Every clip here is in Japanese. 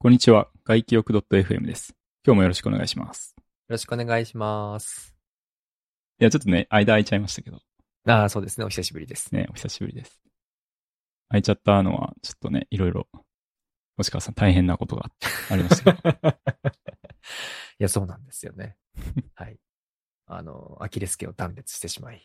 こんにちは。外気浴 .fm です。今日もよろしくお願いします。 よろしくお願いします。 いや、ちょっとね、間空いちゃいましたけど。 ああ、そうですね。お久しぶりです。 ね、お久しぶりです。空いちゃったのは、ちょっとね、いろいろ、星川さん大変なことがありましたけど。 いや、そうなんですよね。はい。アキレス腱を断裂してしまい。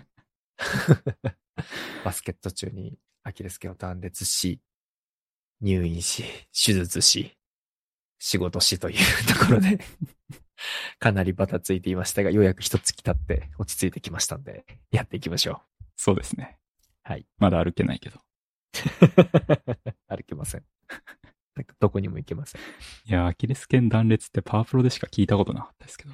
バスケット中にアキレス腱を断裂し、入院し、手術し、仕事しというところで、かなりバタついていましたが、ようやく一月経って落ち着いてきましたんで、やっていきましょう。 そうですね。 はい。 まだ歩けないけど。 歩けません。なんかどこにも行けません。 いや、アキレス腱断裂ってパワープロでしか聞いたことなかったですけど。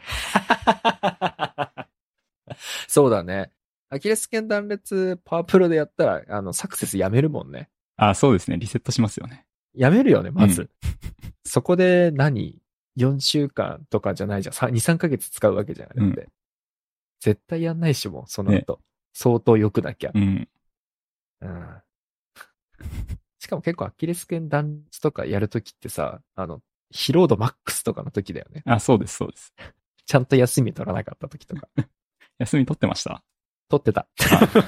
そうだね。アキレス腱断裂パワープロでやったら、サクセスやめるもんね。 あ、そうですね。リセットしますよね。 やめるよね、まず。 うん、 そこで4週間とかじゃないじゃん。2、3ヶ月使うわけじゃん。だって。絶対やんないしも、その後。相当良くなきゃ。 うん。 うん。しかも結構アキレス腱断裂とかやるときってさ、疲労度マックスとかの時だよね。 あ、そうです、そうです。 ちゃんと休み取らなかった時とか。 休み取ってました？ 取ってた。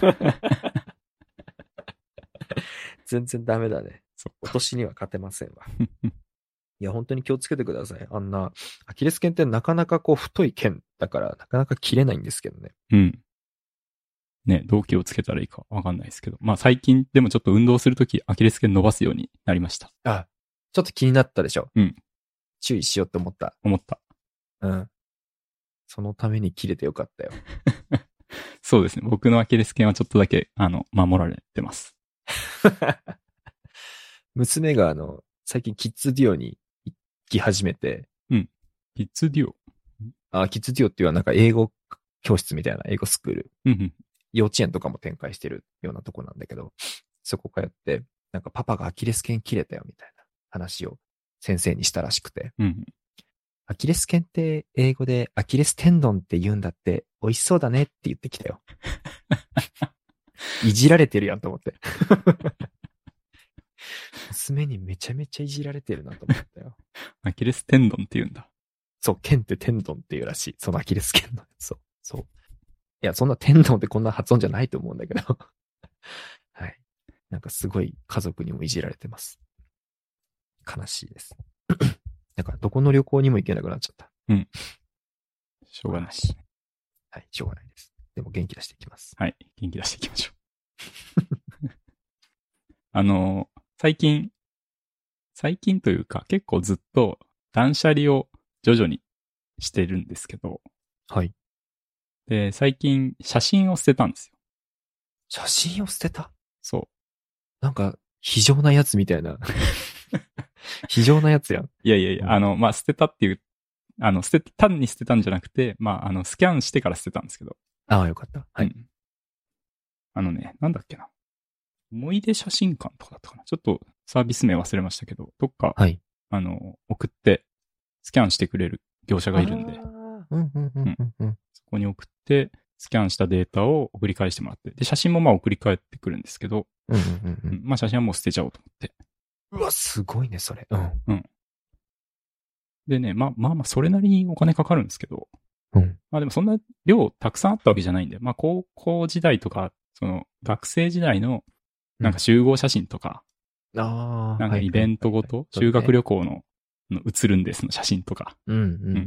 全然ダメだね。今年には勝てませんわ。いや、本当に気をつけてください。アキレス腱ってなかなかこう太い腱だから、なかなか切れないんですけどね。 うん。ね、動機をつけたらいいかわかんないですけど。まあ最近でもちょっと運動するときアキレス腱伸ばすようになりました。 あ、ちょっと気になったでしょ。 うん。 注意しようって思った。 思った。 うん。そのために切れてよかったよ。 そうですね。僕のアキレス腱はちょっとだけ、守られてます。 娘が最近キッズデュオに行き始めて。 うん。キッズデュオ。 キッズデュオっていうのはなんか英語教室みたいな英語スクール。 うん。 幼稚園とかも展開してるようなとこなんだけど、そこ通って、なんかパパがアキレス腱切れたよみたいな話を先生にしたらしくて。 うん。 アキレス腱って英語でアキレステンドンって言うんだって美味しそうだねって言ってきたよ。いじられてるやんと思って。娘にめちゃめちゃいじられてるなと思ったよ。 アキレステンドンって言うんだ。 そう、腱ってテンドンっていうらしい。そのアキレス腱の。そう、そう。いや、そんなテンドンってこんな発音じゃないと思うんだけど。はい。なんかすごい家族にもいじられてます。悲しいです。だからどこの旅行にも行けなくなっちゃった。 うん。しょうがない。 はい、しょうがないです。でも元気出していきます。 はい。元気出していきましょう。最近というか結構ずっと断捨離を徐々にしてるんですけど。 はい。 で、最近写真を捨てたんですよ。 写真を捨てた？ そう。 なんか、非常なやつみたいな。非常なやつやん。 いやいやいや、まあ、捨てたっていう、単に捨てたんじゃなくて、まあ、スキャンしてから捨てたんですけど。 ああ、よかった。はい。 なんだっけな。思い出写真館とかだったかな。ちょっとサービス名忘れましたけど、どっか、 はい。 送って、スキャンしてくれる業者がいるんで、そこに送って、スキャンしたデータを送り返してもらって、で、写真もまあ送り返ってくるんですけど、まあ写真はもう捨てちゃおうと思って。 うわ、すごいね、それ。 でね、まあ、それなりにお金かかるんですけど、まあでもそんな量たくさんあったわけじゃないんで、まあ高校時代とか、その学生時代のなんか集合写真とか、なんかイベントごと、修学旅行の写るんですの写真とか。そう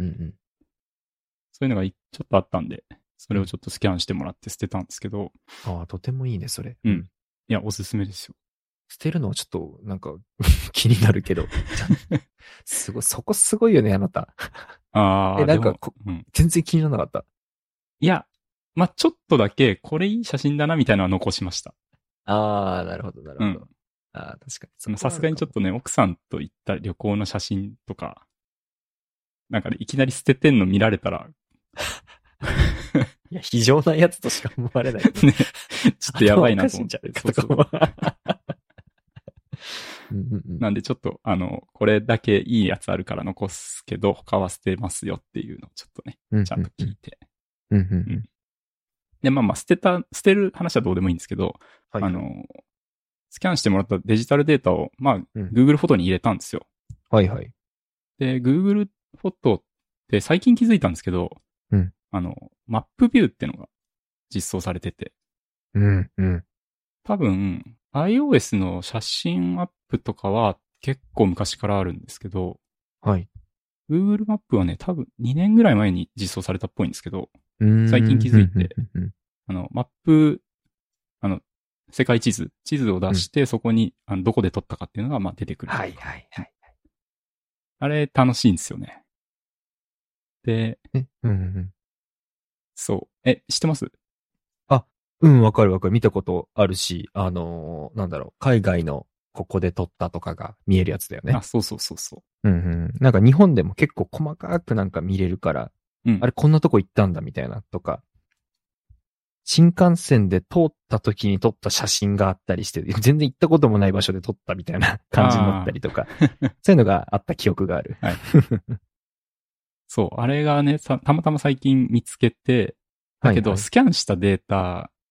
いうのがちょっとあったんで、それをちょっとスキャンしてもらって捨てたんですけど。 ああ、とてもいいね、それ。 いや、おすすめですよ。 捨てるのはちょっと、なんか気になるけど。すごい、そこすごいよね、あなた。なんか全然気にならなかった。 いや、まあ、ちょっとだけ、これいい写真だな、みたいなのは残しました。 ああ、なるほど、なるほど。ああ、確かに。さすがにちょっとね、奥さんと行った旅行の写真とか、なんかね、いきなり捨ててんの見られたら、 いや、非常なやつとしか思われない。ね、 ちょっとやばいなと思って。なんでちょっと、これだけいいやつあるから残すけど、他は捨てますよっていうのをちょっとね、ちゃんと聞いて。で、まあ、捨てる話はどうでもいいんですけど、スキャンしてもらったデジタルデータを、まあ、Google フォトに入れたんですよ。 はいはい。 で、Google フォトって最近気づいたんですけど、 うん。 マップビューってのが実装されてて、 うん、うん。 多分、iOS の写真アップとかは結構昔からあるんですけど、 はい。 Google マップはね、多分2年ぐらい前に実装されたっぽいんですけど、 うーん。 最近気づいて、 うん。 マップ、あの、世界地図を出うん。 して、そこに、どこで撮ったかっていうのが、まあ、出てくる。 はいはいはい。 あれ、楽しいんですよね。で、 うん。 そう。知ってます？ あ、うん、わかるわかる。見たことあるし、なんだろう、海外のここで撮ったとかが見えるやつだよね。 そうそうそうそうんうん。なんか日本でも結構細かくなんか見れるから、 う。うん。 あれこんなとこ行ったんだみたいなとか、新幹線で通った時に撮った写真があったりして、全然行ったこともない場所で撮ったみたいな感じになったりとか、そういうのがあった記憶がある。 はい。そう。あれがね、たまたま最近見つけて、だけど、 はいはい。 スキャンしたデータって、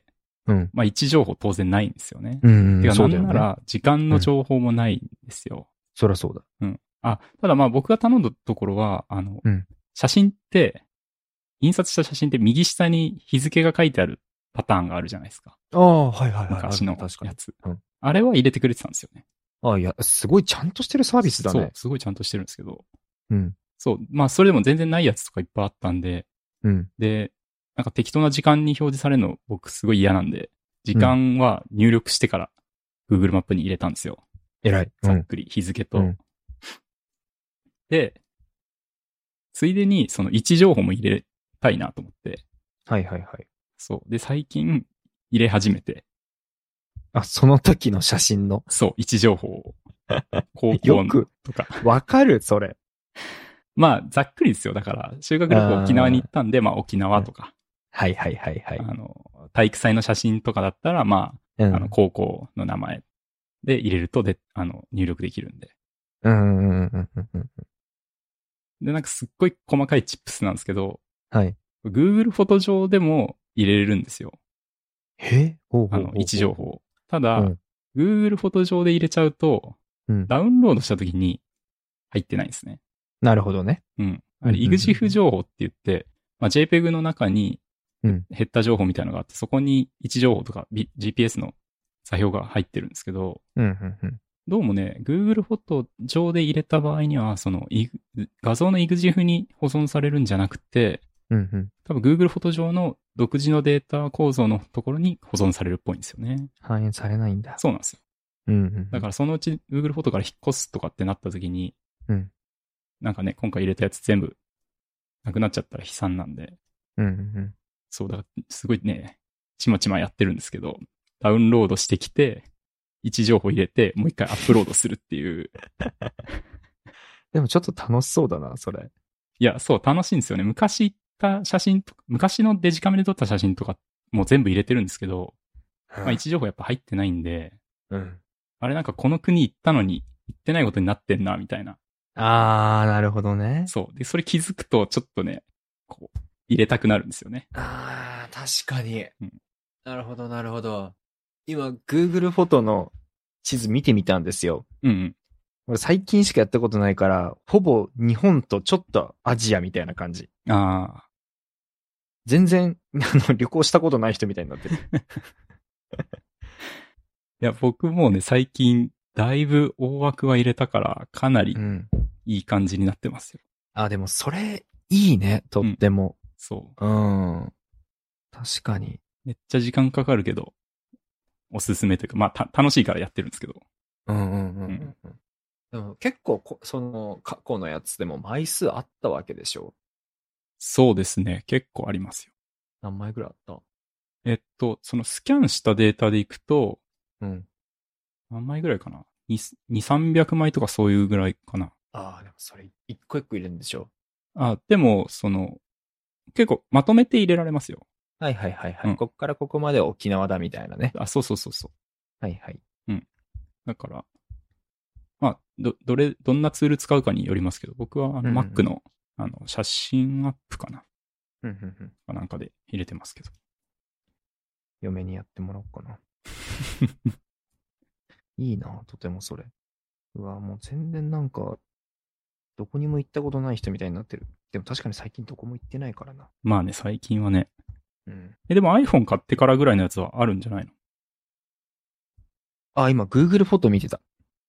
うん。 まあ、位置情報当然ないんですよね。 うん、 てか、なそうだよね。 んなら、時間の情報もないんですよ。 そりゃそうだ。 うん。ただまあ、僕が頼んだところは、 うん。 写真って、印刷した写真って右下に日付が書いてあるパターンがあるじゃないですか。 ああ、はいはいはい。あるね、 昔の確かに。 やつ。 うん。 あれは入れてくれてたんですよね。 ああ、いや、すごいちゃんとしてるサービスだそう、 ね。 すごいちゃんとしてるんですけど。 うん。 そう、まあそれでも全然ないやつとかいっぱいあったんで、 うん。 で、なんか適当な時間に表示されるの僕すごい嫌なんで、時うん。 間は入力してから Google マップに入れたんですよ。 偉い。うん。 ざっくり日付と。 うん。 で、ついでにその位置情報も入れたいなと思って、 はいはいはい。 そう。で、最近入れ始めて、 あ、その時の写真の。 そう、位置情報を、高校よく、 とか。 わかるそれ。 まあ、ざっくりですよ。だから、修学旅行沖縄に行ったんで、まあ沖縄とか、 はいはいはいはい。 体育祭の写真とかだったら、まあ、 うん。 高校の名前で入れると入力できるんで。 うんうんうんうんうん。 で、なんかすっごい細かいチップスなんですけど、 はい。 Google フォト上でも入れれるんですよ。 ほうほうほうほう。 位置情報。ただ、 うん。 Google フォト上で入れちゃうと、 うん。 ダウンロードした時に入ってないんですね。 なるほどね。 うん。 うんうんうん EXIF 情報って言って、まあ、JPEG の中にうん。 ヘッダ情報みたいなのがあって、そこに位置情報とか、GPS の座標が入ってるんですけど、 うんうんうん。 どうもね、Google フォト上で入れた場合には、画像の EXIF に保存されるんじゃなくて、 うんうん。 多分 Google フォト上の独自のデータ構造のところに保存されるっぽいんですよね。 反映されないんだ。 そうなんですよ。 うんうんうん。 だからそのうち Google フォトから引っ越すとかってなった時に、 うん。 なんかね、今回入れたやつ全部なくなっちゃったら悲惨なんで、 うんうんうん。 そう、だからすごいね、ちまちまやってるんですけど、ダウンロードしてきて、位置情報入れて、もう一回アップロードするっていう。 でもちょっと楽しそうだな、それ。 いや、そう、楽しいんですよね。昔行った写真とか、昔のデジカメで撮った写真とか、もう全部入れてるんですけど、まあ位置情報やっぱ入ってないんで、 うん。 あれなんかこの国行ったのに行ってないことになってんな、みたいな。 あー、なるほどね。 そう。で、それ気づくと、ちょっとね、こう、入れたくなるんですよね。 あー、確かに。 うん。 なるほど、なるほど。今、Google フォトの地図見てみたんですよ。 うんうん。 俺最近しかやったことないから、ほぼ日本とちょっとアジアみたいな感じ。 あ全然、旅行したことない人みたいになってる。 いや、僕もね、最近、だいぶ大枠は入れたから、かなりうん。 いい感じになってますよ。 あ、でもそれ、いいね、とっても。 そう。 うん。確かに。 めっちゃ時間かかるけど、おすすめというか、まあ、楽しいからやってるんですけど。 うんうんうんううんん。でも結構その過去のやつでも枚数あったわけでしょ？ そうですね。結構ありますよ。 何枚ぐらいあった？ そのスキャンしたデータでいくと、 うん。 何枚ぐらいかな？ 2、300枚とかそういうぐらいかな。 ああ、でもそれ一個一個入れるんでしょ？ でも、結構まとめて入れられますよ。 はいはいはいはい。 うん。 こっからここまで沖縄だみたいなね。 そうそうそうそはいはい。 う。うん。だから、まあ、どんなツール使うかによりますけど、僕はうんうん Mac の、写真アップかなうんうんうん。 かなんかで入れてますけど。 嫁にやってもらおうかな。いいな、とてもそれ。 うわ、もう全然なんか、どこにも行ったことない人みたいになってる。でも確かに最近どこも行ってないからな。 まあね、最近はね。 うん。 でも iPhone 買ってからぐらいのやつはあるんじゃないの？ あ、今 Google フォト見てた。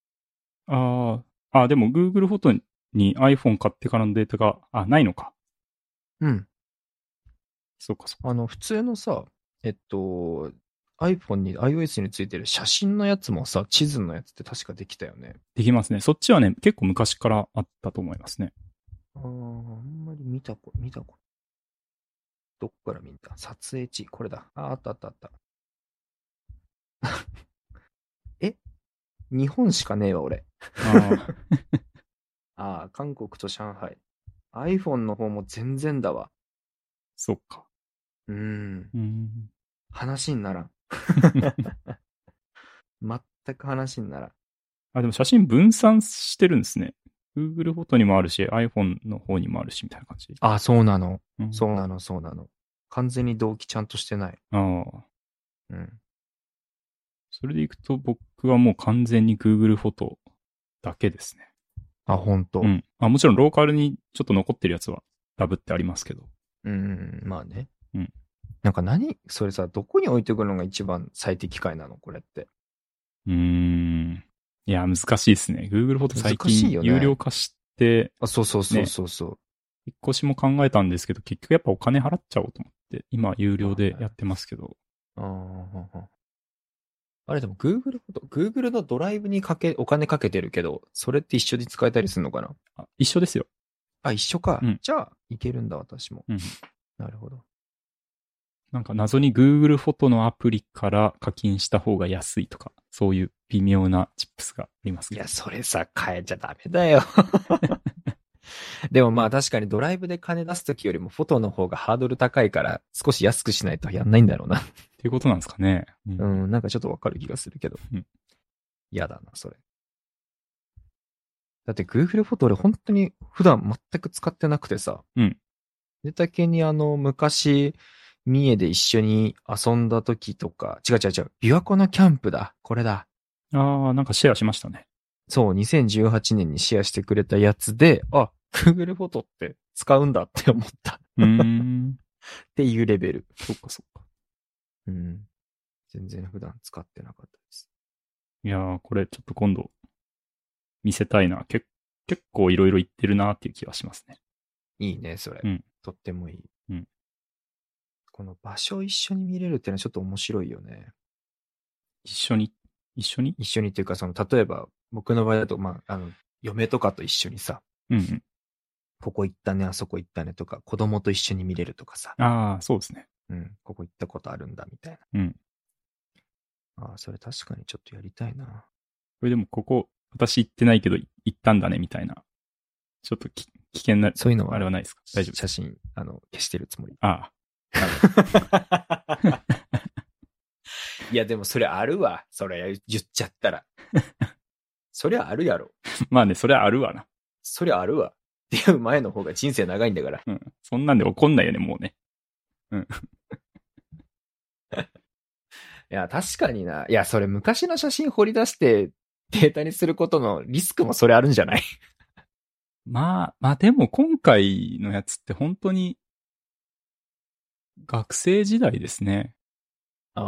でも Google フォトに iPhone 買ってからのデータが、ないのか。 うん。 そうかそうか。 普通のさ、iPhone に、iOS についてる写真のやつもさ、地図のやつって確かできたよね。 できますね。そっちはね、結構昔からあったと思いますね。 あんまり見たこと。どっから見た？撮影地。これだ。あったあったあった。え日本しかねえわ、俺。韓国と上海。iPhone の方も全然だわ。 そっか。 話にならん。全く話にならん。 でも写真分散してるんですね。Google フォトにもあるし、iPhone の方にもあるし、みたいな感じ。 そうなの。 うん、 そうなの。完全に同期ちゃんとしてない。うん。 それでいくと僕はもう完全に Google フォトだけですね。 ほんと。 うん。もちろんローカルにちょっと残ってるやつはダブってありますけど。 まあね。 うん。 なんかそれさ、どこに置いておくのが一番最適解なのこれって。 いや、難しいですね。Google フォト最近有料化して、 そう。 引っ越しも考えたんですけど、結局やっぱお金払っちゃおうと思って、今有料でやってますけど。 あれでも Google のドライブにお金かけてるけど、それって一緒に使えたりするのかな？ 一緒ですよ。 一緒か。 うん、 じゃあ、いけるんだ、私も。 うん。 なるほど。 なんか謎に Google フォトのアプリから課金した方が安いとか、そういう微妙なチップスがありますけど。 いや、それさ、変えちゃダメだよ。でもまあ確かにドライブで金出すときよりもフォトの方がハードル高いから少し安くしないとやんないんだろうな。 っていうことなんですかね。 なんかちょっとわかる気がするけど。嫌だな、それ。だって Google フォト俺本当に普段全く使ってなくてさ。でだけに昔、三重で一緒に遊んだ時とか、違う。琵琶湖のキャンプだ。これだ。 なんかシェアしましたね。 そう、2018年にシェアしてくれたやつで、Google フォトって使うんだって思った。っていうレベル。 そっか。 全然普段使ってなかったです。 いやー、これちょっと今度見せたいな。結構いろいろ言ってるなっていう気がしますね。 いいね、それ。とってもいい。この場所を一緒に見れるっていうのはちょっと面白いよね。 一緒にっていうか、例えば、僕の場合だと、嫁とかと一緒にさ、ここ行ったね、あそこ行ったねとか、子供と一緒に見れるとかさ。 そうですね。 ここ行ったことあるんだ、みたいな。それ確かにちょっとやりたいな。これでもここ、私行ってないけど行ったんだね、みたいな。ちょっと危険な、 そういうのは、 あれはないですか？大丈夫？ 写真、消してるつもり。いや、でもそれあるわ。それ言っちゃったら。そりゃあるやろ。 まあね、そりゃあるわな。 そりゃあるわ。出会う前の方が人生長いんだから。 そんなんで怒んないよね、もうね。 いや、確かにな。いや、それ昔の写真掘り出してデータにすることのリスクもそれあるんじゃない？ まあでも今回のやつって本当に学生時代ですね。だ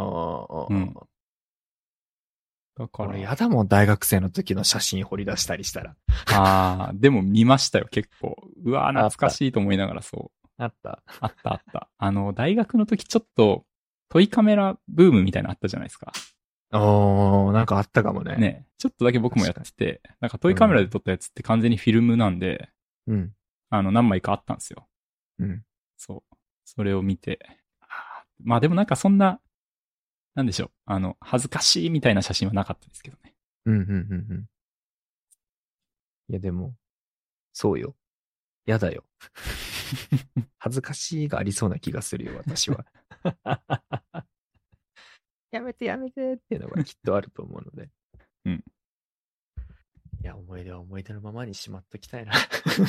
から。 俺やだもん、大学生の時の写真掘り出したりしたら。 でも見ましたよ、結構。うわ懐かしいと思いながらそう。 あった。 大学の時ちょっとトイカメラブームみたいなのあったじゃないですか。 なんかあったかもね。 ね、ちょっとだけ僕もやってて、なんかトイカメラで撮ったやつって完全にフィルムなんで、何枚かあったんですよ。そう。それを見て。まあでもなんかそんな、なんでしょう。恥ずかしいみたいな写真はなかったですけどね。 いやでも、そうよ。やだよ。恥ずかしいがありそうな気がするよ、私は。やめてっていうのがきっとあると思うので。いや、思い出は思い出のままにしまっときたいな。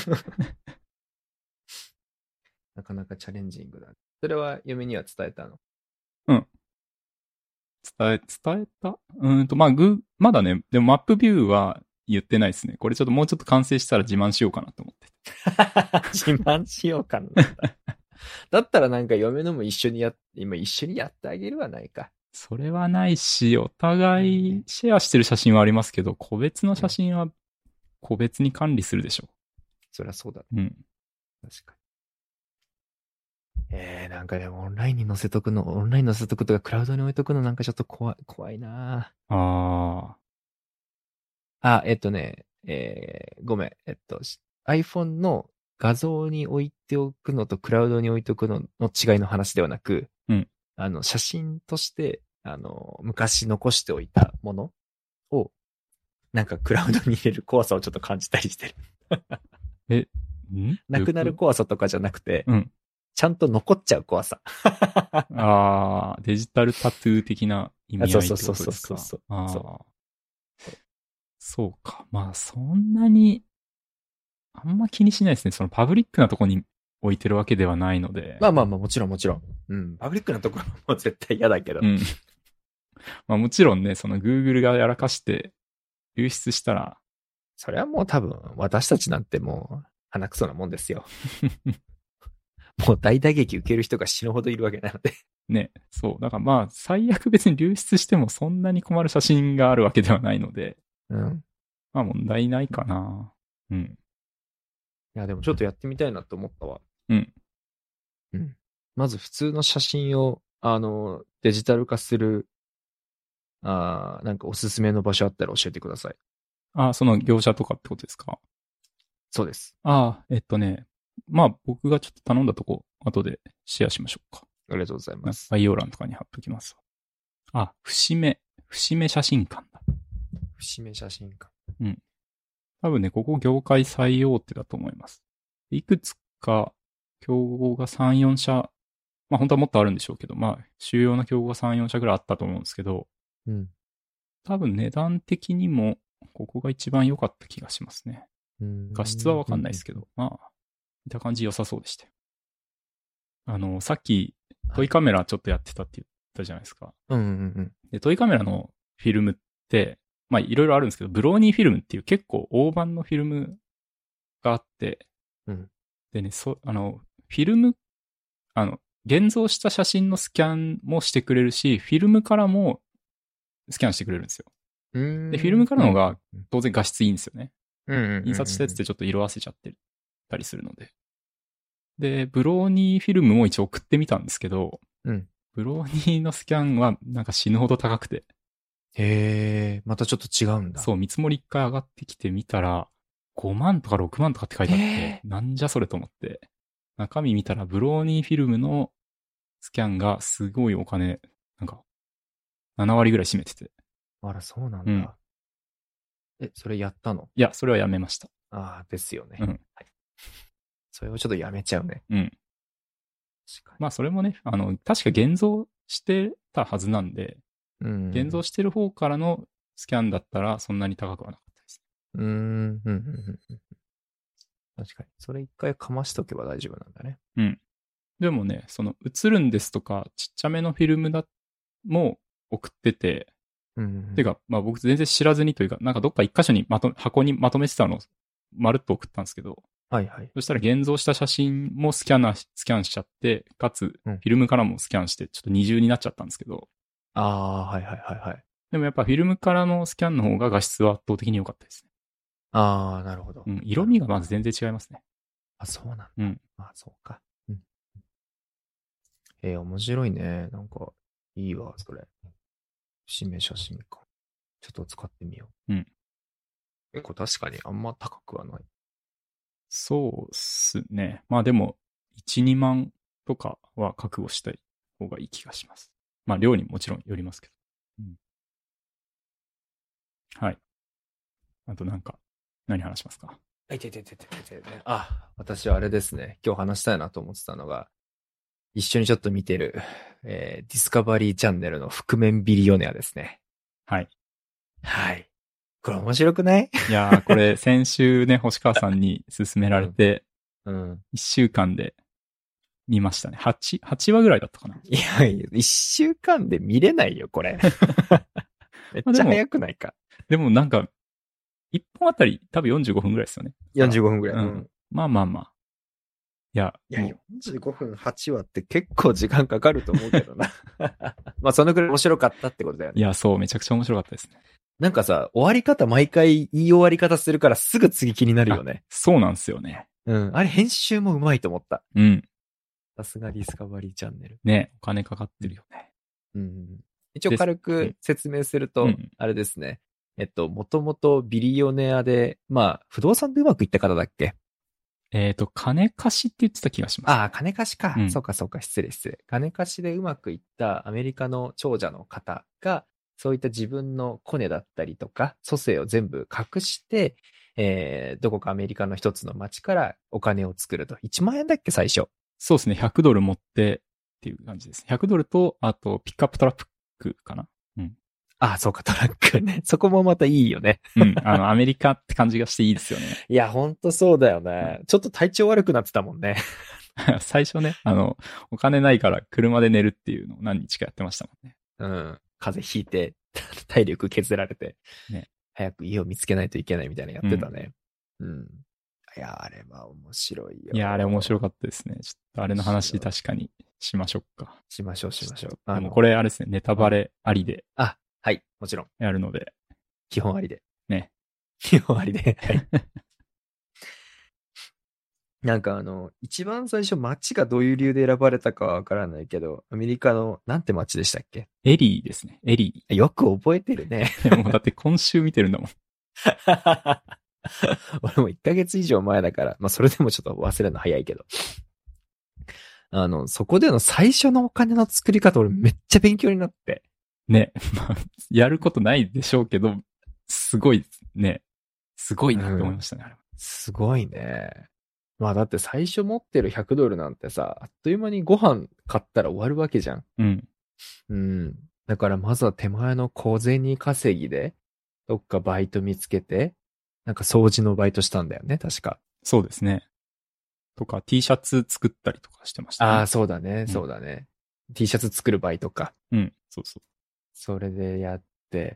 なかなかチャレンジングだ。それは嫁には伝えたの？ 伝えたまあ、まだね、でもマップビューは言ってないですね。これちょっともうちょっと完成したら自慢しようかなと思って。 自慢しようかな。だったらなんか嫁のも今一緒にやってあげるはないか。 それはないし、お互いシェアしてる写真はありますけど、個別の写真は個別に管理するでしょ。 そりゃそうだ。 うん。 確かに。なんかでもオンラインに載せとくとかクラウドに置いとくのなんかちょっと怖いなあごめん。iPhone の画像に置いておくのとクラウドに置いておくのの違いの話ではなく、 うん。 写真として、昔残しておいたものを、なんかクラウドに入れる怖さをちょっと感じたりしてる。なくなる怖さとかじゃなくて、 うん。 ちゃんと残っちゃう怖さ。 デジタルタトゥー的な意味合いってことですか？そうか。まあ、そんなに、あんま気にしないですね。そのパブリックなとこに置いてるわけではないので。 まあ、もちろん。うん。パブリックなところも絶対嫌だけど。 うん。まあもちろんね、その Google がやらかして流出したら。 それはもう多分、私たちなんてもう、鼻くそなもんですよ。もう大打撃受ける人が死ぬほどいるわけなので。 ね、そう。だからまあ、最悪別に流出してもそんなに困る写真があるわけではないので。 うん。 まあ問題ないかな。うん。 いや、でもちょっとやってみたいなと思ったわ。 うん。 うん。まず普通の写真を、デジタル化する、なんかおすすめの場所あったら教えてください。 その業者とかってことですか？ そうです。 まあ僕がちょっと頼んだとこ、後でシェアしましょうか。 ありがとうございます。 概要欄とかに貼っときます。節目写真館だ。 節目写真館。 うん。多分ね、ここ業界最大手だと思います。いくつか競合が3、4社、まあ本当はもっとあるんでしょうけど、まあ主要な競合が3、4社ぐらいあったと思うんですけど、 うん。 多分値段的にもここが一番良かった気がしますね。画質はわかんないですけど、まあ、見た感じ良さそうでしたよ。さっきトイカメラちょっとやってたって言ったじゃないですか。で、トイカメラのフィルムって、まあいろいろあるんですけど、ブローニーフィルムっていう結構大判のフィルムがあって、 うん、 でね、フィルム、現像した写真のスキャンもしてくれるし、フィルムからもスキャンしてくれるんですよ。で、フィルムからの方が当然画質いいんですよね。印刷したやつってちょっと色あせちゃってたりするので。で、ブローニーフィルムも一応送ってみたんですけど、 うん、 ブローニーのスキャンはなんか死ぬほど高くて。 へー、またちょっと違うんだ。 そう、見積もり一回上がってきてみたら、5万とか6万とかって書いてあって、なんじゃそれと思って。中身見たらブローニーフィルムのスキャンがすごいお金、なんか、7割ぐらい占めてて。 あら、そうなんだ。それやったの？ いや、それはやめました。 ですよね。 うん。 はい。それをちょっとやめちゃうね。 うん。まあ、それもね、確か現像してたはずなんで、現像してる方からのスキャンだったらそんなに高くはなかったです。 確かに。それ一回かましとけば大丈夫なんだね。 うん。でもね、映るんですとか、ちっちゃめのフィルムも送ってて、てか、まあ僕全然知らずにというか、なんかどっか一箇所に箱にまとめてたのをまるっと送ったんですけど、 はいはい。 そしたら現像した写真もスキャンしちゃって、かつ、フィルムからもスキャンして、ちょっと二重になっちゃったんですけど。 はい。 でもやっぱフィルムからのスキャンの方が画質は圧倒的に良かったですね。 なるほど。 色味がまず全然違いますね。 そうなんだ。そうか。面白いね。なんか、いいわ、それ。節目写真か。ちょっと使ってみよう。 結構確かにあんま高くはない。 そうっすね。まあでも、1、2万とかは覚悟したい方がいい気がします。まあ量にもちろんよりますけど。はい。あと何話しますか？ 私はあれですね。今日話したいなと思ってたのが、一緒にちょっと見てる、ディスカバリーチャンネルの覆面ビリオネアですね。 はい。 はい。これ面白くない？ いやー、これ先週ね、星川さんに勧められて、1週間で見ましたね。8話ぐらいだったかな。 いや、1週間で見れないよ、これ。めっちゃ早くないか。 でもなんか、 1本あたり多分45分ぐらいですよね。 45分ぐらい。 うん。まあまあまあ。いや、 45分8話って結構時間かかると思うけどな。まあ、そのぐらい面白かったってことだよね。 いや、そう、めちゃくちゃ面白かったですね。 なんかさ、終わり方毎回いい終わり方するからすぐ次気になるよね。 そうなんですよね。 うん。あれ編集もうまいと思った。 うん。 さすがディスカバリーチャンネル。 ね、お金かかってるよね。 うん。一応軽く説明すると、あれですね。もともとビリオネアで、まあ、不動産でうまくいった方だっけ？ 金貸しって言ってた気がします。 ああ、金貸しか。そうかそうか、失礼。金貸しでうまくいったアメリカの長者の方が、そういった自分のコネだったりとか、蘇生を全部隠して、どこかアメリカの一つの町からお金を作ると。1万円だっけ、最初。 そうですね。$100持ってっていう感じです。$100と、あと、ピックアップトラックかな。うん。 ああ、そうか、トラックね。そこもまたいいよね。 うん。アメリカって感じがしていいですよね。 いや、ほんとそうだよね。ちょっと体調悪くなってたもんね。 最初ね、お金ないから車で寝るっていうのを何日かやってましたもんね。 うん。風邪ひいて、体力削られて、 ね。 早く家を見つけないといけないみたいなやってたね。うん。いや、あれは面白いよ。 いや、あれ面白かったですね。ちょっとあれの話確かにしましょうか。 しましょう。 でもこれあれですね、ネタバレありで。 あ、はい、もちろん。 やるので。 基本ありで。 ね。 基本ありで。はい。なんか一番最初街がどういう理由で選ばれたかはわからないけど、アメリカの、なんて街でしたっけ？ エリーですね。エリー。よく覚えてるね。 もうだって今週見てるんだもん。 俺も1ヶ月以上前だから、まあそれでもちょっと忘れるの早いけど。そこでの最初のお金の作り方俺めっちゃ勉強になって。 ね。まあ、やることないでしょうけど、すごいね。すごいなって思いましたね、あれは。 すごいね。まあだって最初持ってる$100なんてさ、あっという間にご飯買ったら終わるわけじゃん。 うん。 うん。だからまずは手前の小銭稼ぎで、どっかバイト見つけて、なんか掃除のバイトしたんだよね、確か。 そうですね。とか T シャツ作ったりとかしてましたね。 ああ、そうだね、そうだね。T シャツ作るバイトか。 うん、そうそう。 それでやって、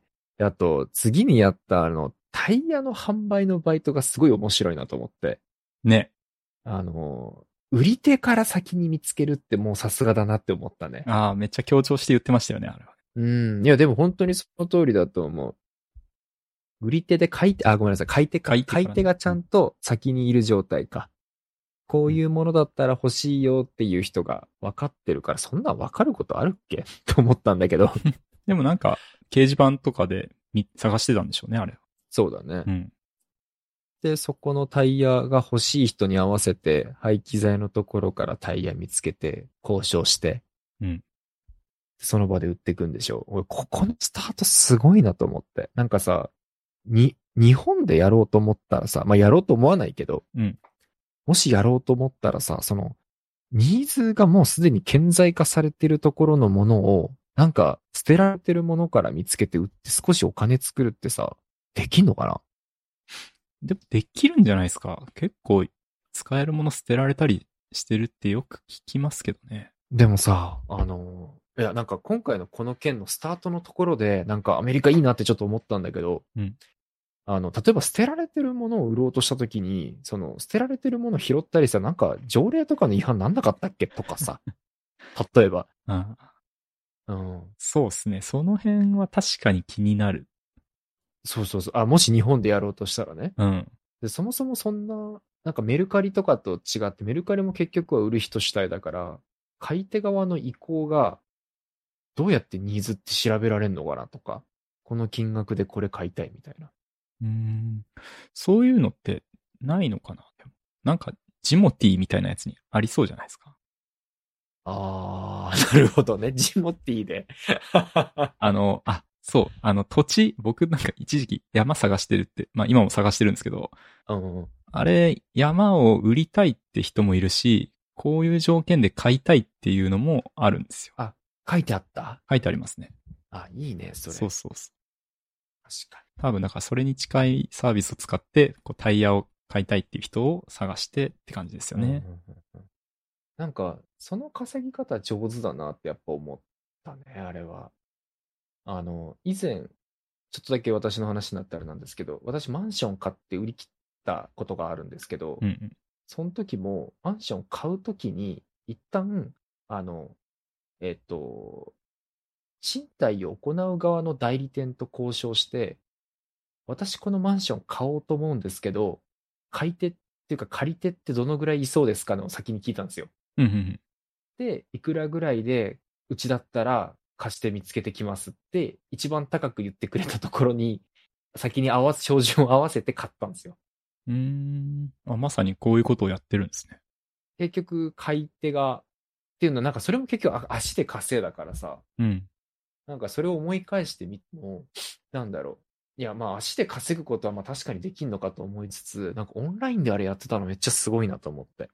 あと、次にやったタイヤの販売のバイトがすごい面白いなと思って。 ね。 売り手から先に見つけるってもうさすがだなって思ったね。 ああ、めっちゃ強調して言ってましたよね、あれは。 うん。いや、でも本当にその通りだと思う。売り手で買い手、ごめんなさい。買い手か。買い手がちゃんと先にいる状態か。こういうものだったら欲しいよっていう人が分かってるから、そんなん分かることあるっけと思ったんだけど。 でもなんか、掲示板とかで探してたんでしょうね、あれは。 そうだね。 うん。 で、そこのタイヤが欲しい人に合わせて、廃棄材のところからタイヤ見つけて、交渉して、 うん。 その場で売っていくんでしょう。俺、ここのスタートすごいなと思って。なんかさ、日本でやろうと思ったらさ、まあ、やろうと思わないけど、 うん。 もしやろうと思ったらさ、ニーズがもうすでに顕在化されてるところのものを、なんか、捨てられてるものから見つけて売って少しお金作るってさ、できんのかな？ でもできるんじゃないですか。結構、使えるもの捨てられたりしてるってよく聞きますけどね。 でもさ、いや、なんか今回のこの件のスタートのところで、なんかアメリカいいなってちょっと思ったんだけど、 うん。 例えば捨てられてるものを売ろうとしたときに、捨てられてるものを拾ったりさ、なんか条例とかの違反なんなかったっけとかさ、例えば。 ああ、 うん。 そうですね。その辺は確かに気になる。 そうそうそう。もし日本でやろうとしたらね。 うん。 で、そもそもそんな、なんかメルカリとかと違って、メルカリも結局は売る人主体だから、買い手側の意向が、どうやってニーズって調べられるのかなとか、この金額でこれ買いたいみたいな。 そういうのってないのかな？なんか、ジモティーみたいなやつにありそうじゃないですか。 なるほどね。ジモティーで。 そう、土地、僕なんか一時期山探してるって、まあ今も探してるんですけど、 うん。 あれ、山を売りたいって人もいるし、こういう条件で買いたいっていうのもあるんですよ。 あ、書いてあった？ 書いてありますね。 いいね、それ。 そうそうそう。 確か多分だからそれに近いサービスを使って、こうタイヤを買いたいっていう人を探してって感じですよね。 なんか、その稼ぎ方上手だなってやっぱ思ったね、あれは。以前、 ちょっとだけ私の話になったらなんですけど、私マンション買って売り切ったことがあるんですけど、 うんうん。 その時もマンション買う時に、一旦、えっと、賃貸を行う側の代理店と交渉して、私このマンション買おうと思うんですけど、買い手っていうか借り手ってどのぐらいいそうですかのを先に聞いたんですよ。 うんうんうん。 で、いくらぐらいで、うちだったら貸して見つけてきますって、一番高く言ってくれたところに、先に照準を合わせて買ったんですよ。 まさにこういうことをやってるんですね。 結局、買い手が、っていうのはなんかそれも結局足で稼いだからさ、 うん。 なんかそれを思い返してみても、なんだろう。いや、まあ足で稼ぐことはまあ確かにできんのかと思いつつ、なんかオンラインであれやってたのめっちゃすごいなと思って。 うん。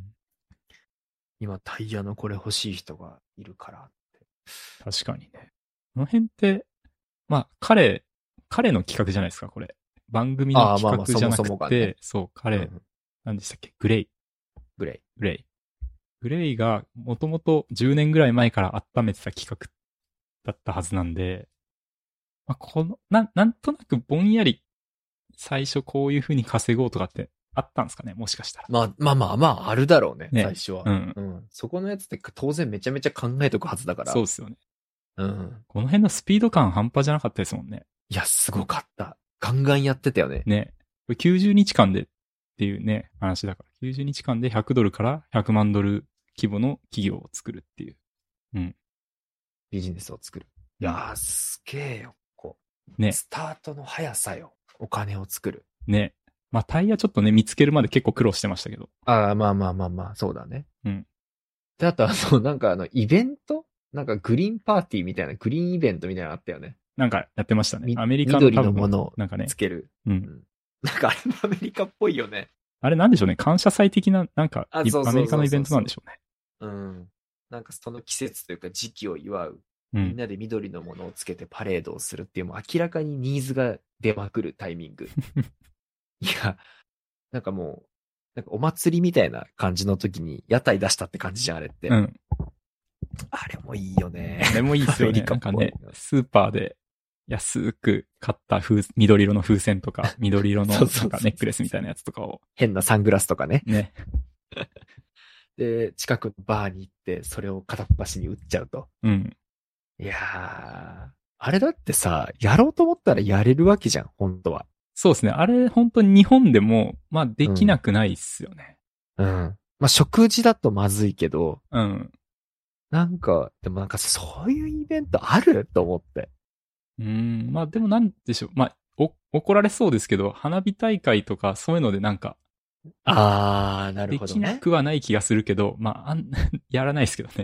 今タイヤのこれ欲しい人がいるからって。 確かにね。この辺って、まあ、彼の企画じゃないですか、これ。番組のああ、まあまあ、 企画じゃなくそもそもがて、 ね。 そう、 うん何でしたっけ、グレイ。 グレイ。 グレイ。グレイがもともと10年ぐらい前から温めてた企画だったはずなんで、まあ、なんとなくぼんやり最初こういう風に稼ごうとかってあったんですかね、もしかしたら。 まあ、あるだろうね、 ね。 最初は。 うん。 うん。そこのやつって当然めちゃめちゃ考えとくはずだから。 そうですよね。 うん。 この辺のスピード感半端じゃなかったですもんね。 いや、すごかった。ガンガンやってたよね。 ね。これ90日間でっていうね、話だから。90日間で100ドルから100万ドル規模の企業を作るっていう。うん。 ビジネスを作る。いやー、すげえよ。 ね。 スタートの速さよ。お金を作る。 ね。まあ、タイヤちょっとね、見つけるまで結構苦労してましたけど。 ああ、まあ、そうだね。 うん。 で、あとなんかイベントなんかグリーンパーティーみたいな、グリーンイベントみたいなのあったよね。 なんかやってましたね。アメリカの緑多分、 のものをなんかね。 つける。 うん。 なんかあれもアメリカっぽいよね。 あれなんでしょうね。感謝祭的な、なんか、 そうそうそうそうアメリカのイベントなんでしょうね。 うん。なんかその季節というか時期を祝う。 うん。 みんなで緑のものをつけてパレードをするっていう、もう明らかにニーズが出まくるタイミング。いや、なんかもう、なんかお祭りみたいな感じの時に屋台出したって感じじゃん、あれって。 うん。 あれもいいよね。 あれもいいっすよね。なんかね、スーパーで安く買った緑色の風船とか、緑色のなんかネックレスみたいなやつとかを。 変なサングラスとかね。 ね。 で、近くのバーに行って、それを片っ端に売っちゃうと。 うん。 いやー、あれだってさ、やろうと思ったらやれるわけじゃん、本当は。 そうですね。あれ、本当に日本でも、まあ、できなくないっすよね。 うん。まあ、食事だとまずいけど、 うん。 なんか、でもなんかそういうイベントあると思って。 まあ、でもなんでしょう。まあ、怒られそうですけど、花火大会とかそういうのでなんか、 なるできなほどね。 くはない気がするけど、まあ、やらないですけどね。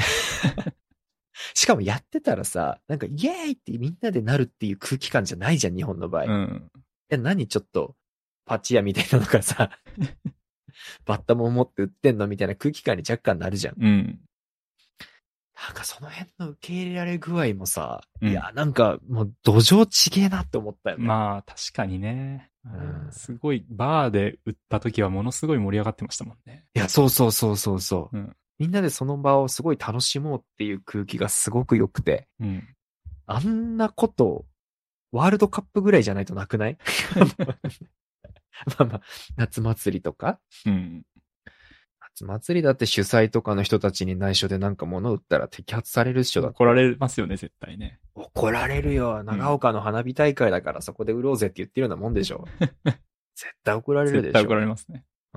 しかもやってたらさ、なんかイエーイってみんなでなるっていう空気感じゃないじゃん、日本の場合。 うん。 何ちょっと、パチ屋みたいなのがさ、バッタモン持って売ってんのみたいな空気感に若干なるじゃん。 うん。 なんかその辺の受け入れられ具合もさ、 うん、 いや、なんかもう土壌ちげえなって思ったよね。 まあ、確かにね。すごい、バーで売った時はものすごい盛り上がってましたもんね。 いや、そう。 うん。 みんなでその場をすごい楽しもうっていう空気がすごく良くて。 うん。 あんなこと、ワールドカップぐらいじゃないとなくないまあ、夏祭りとかうん。 夏祭りだって主催とかの人たちに内緒でなんか物売ったら摘発されるっしょだって。 怒られますよね、絶対ね。 怒られるよ。長岡の花火大会だからそこで売ろうぜって言ってるようなもんでしょ。絶対怒られるでしょ。 絶対怒られますね。 うん。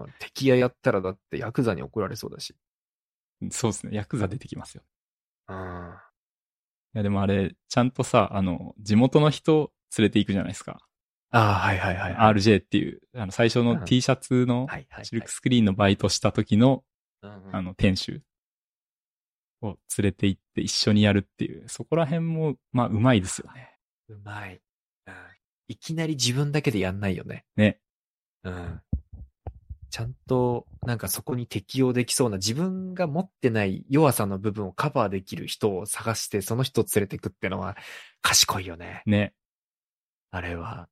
敵屋やったらだってヤクザに怒られそうだし。 そうですね。ヤクザ出てきますよ。 うん。 いや、でもあれ、ちゃんとさ、地元の人連れて行くじゃないですか。 はい。 RJ っていう、最初の T シャツのシルクスクリーンのバイトした時の、店主を連れて行って一緒にやるっていう、そこら辺も、まあ、うまいですよね。 うまい。いきなり自分だけでやんないよね。 ね。 うん。ちゃんと、なんかそこに適応できそうな自分が持ってない弱さの部分をカバーできる人を探して、その人を連れてくってのは賢いよね。 ね。 あれは。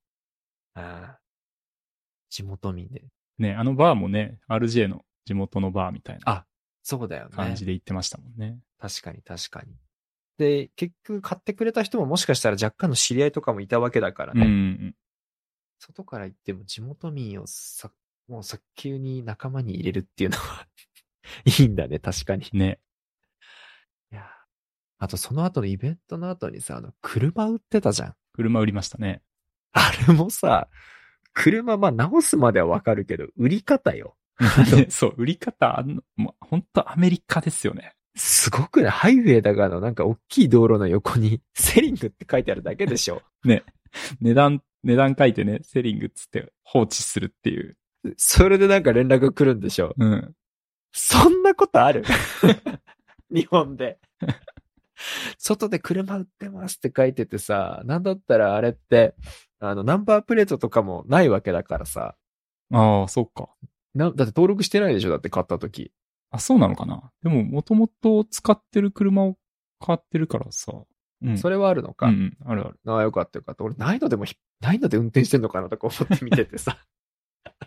地元民で。 ね、あのバーもね、RJ の地元のバーみたいな。 そうだよね。 感じで言ってましたもんね。 確かに。 で、結局買ってくれた人ももしかしたら若干の知り合いとかもいたわけだからね。 うんうん。 外から行っても地元民をもう早急に仲間に入れるっていうのはいいんだね、確かに。 ね。 いや、あとその後のイベントの後にさ、車売ってたじゃん。 車売りましたね。 あれもさ、車直すまではわかるけど、売り方よ。 そう、売り方、もう本当アメリカですよね。 すごくね、ハイウェイだからなんか大きい道路の横にセリングって書いてあるだけでしょ。 ね。値段書いてね、セリングっつって放置するっていう。 それでなんか連絡来るんでしょ。 うん。 そんなことある日本で。外で車売ってますって書いててさ、なんだったらあれって、ナンバープレートとかもないわけだからさ。 ああ、そうか。 だって登録してないでしょ、だって買った時。 あ、そうなのかな。でも、もともと使ってる車を買ってるからさ。 うん。それはあるのか。 うん、あるある。 ああ、よかったよかった。俺、ないので運転してんのかなとか思って見ててさ。いや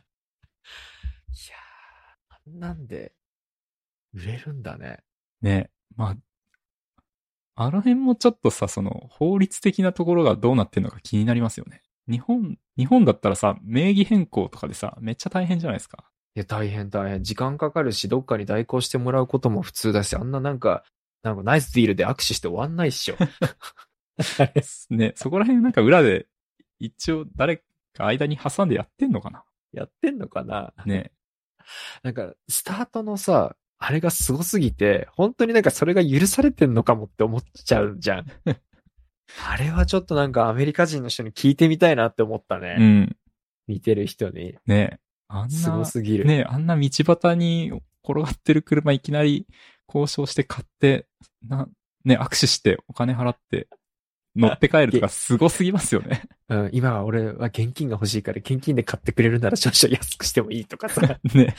ー、なんで、売れるんだね。 ね。まあ、あの辺もちょっとさ、法律的なところがどうなってんのか気になりますよね。日本だったらさ、名義変更とかでさ、めっちゃ大変じゃないですか。 いや、大変。時間かかるし、どっかに代行してもらうことも普通だし、あんななんかナイスディールで握手して終わんないっしょ。 ね、そこら辺なんか裏で、一応誰か間に挟んでやってんのかな。 やってんのかなね。 なんか、スタートのさ、あれがすごすぎて、本当になんかそれが許されてんのかもって思っちゃうじゃん。あれはちょっとなんかアメリカ人の人に聞いてみたいなって思ったね。 うん。 見てる人に。 ね。あんな、 すごすぎる。 ね、あんな道端に転がってる車いきなり交渉して買って、ね、握手してお金払って乗って帰るとかすごすぎますよね。 うん、今は俺は現金が欲しいから現金で買ってくれるなら少々安くしてもいいとかさ。 ね。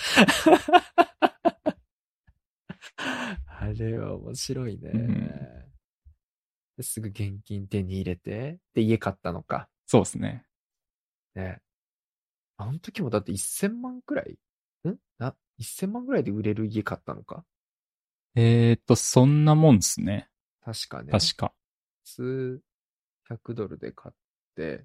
あれは面白いね。すぐ現金手に入れて、で、家買ったのか。 そうですね。 ね。あの時もだって1000万くらい1000万くらいで売れる家買ったのか。 そんなもんですね。 確かね。 確か。 数百ドルで買って、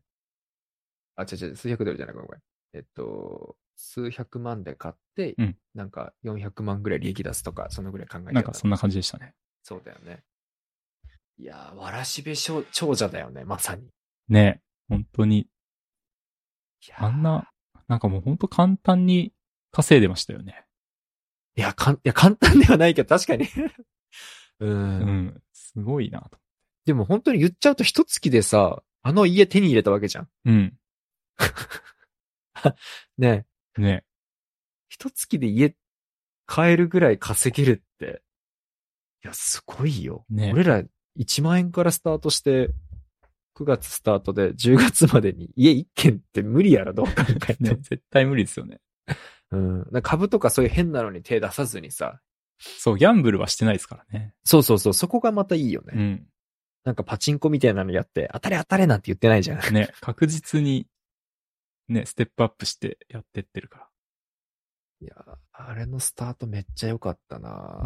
数百ドルじゃない、ごめん。数百万で買って、 うん、 なんか400万ぐらい利益出すとか、そのぐらい考えてた。 なんかそんな感じでしたね。 そうだよね。いやー、わらしべ長者だよね、まさに。 ね、本当に。あんな、なんかもう本当簡単に稼いでましたよね。 いや、簡単ではないけど、確かに。うん、 すごいなと。 でも本当に言っちゃうと一月でさ、あの家手に入れたわけじゃん。 うん。 ねえ。ねえ。 一月で家買えるぐらい稼げるって。いや、すごいよ。ね、俺ら1万円からスタートして、9月スタートで10月までに家1軒って無理やろ、どう考えても。 ね、絶対無理ですよね。 うん。株とかそういう変なのに手出さずにさ。 そう、ギャンブルはしてないですからね。 そう。そこがまたいいよね。 うん。 なんかパチンコみたいなのやって、当たれなんて言ってないじゃん。 ね、確実に、ね、ステップアップしてやってってるから。 いや、あれのスタートめっちゃ良かったな、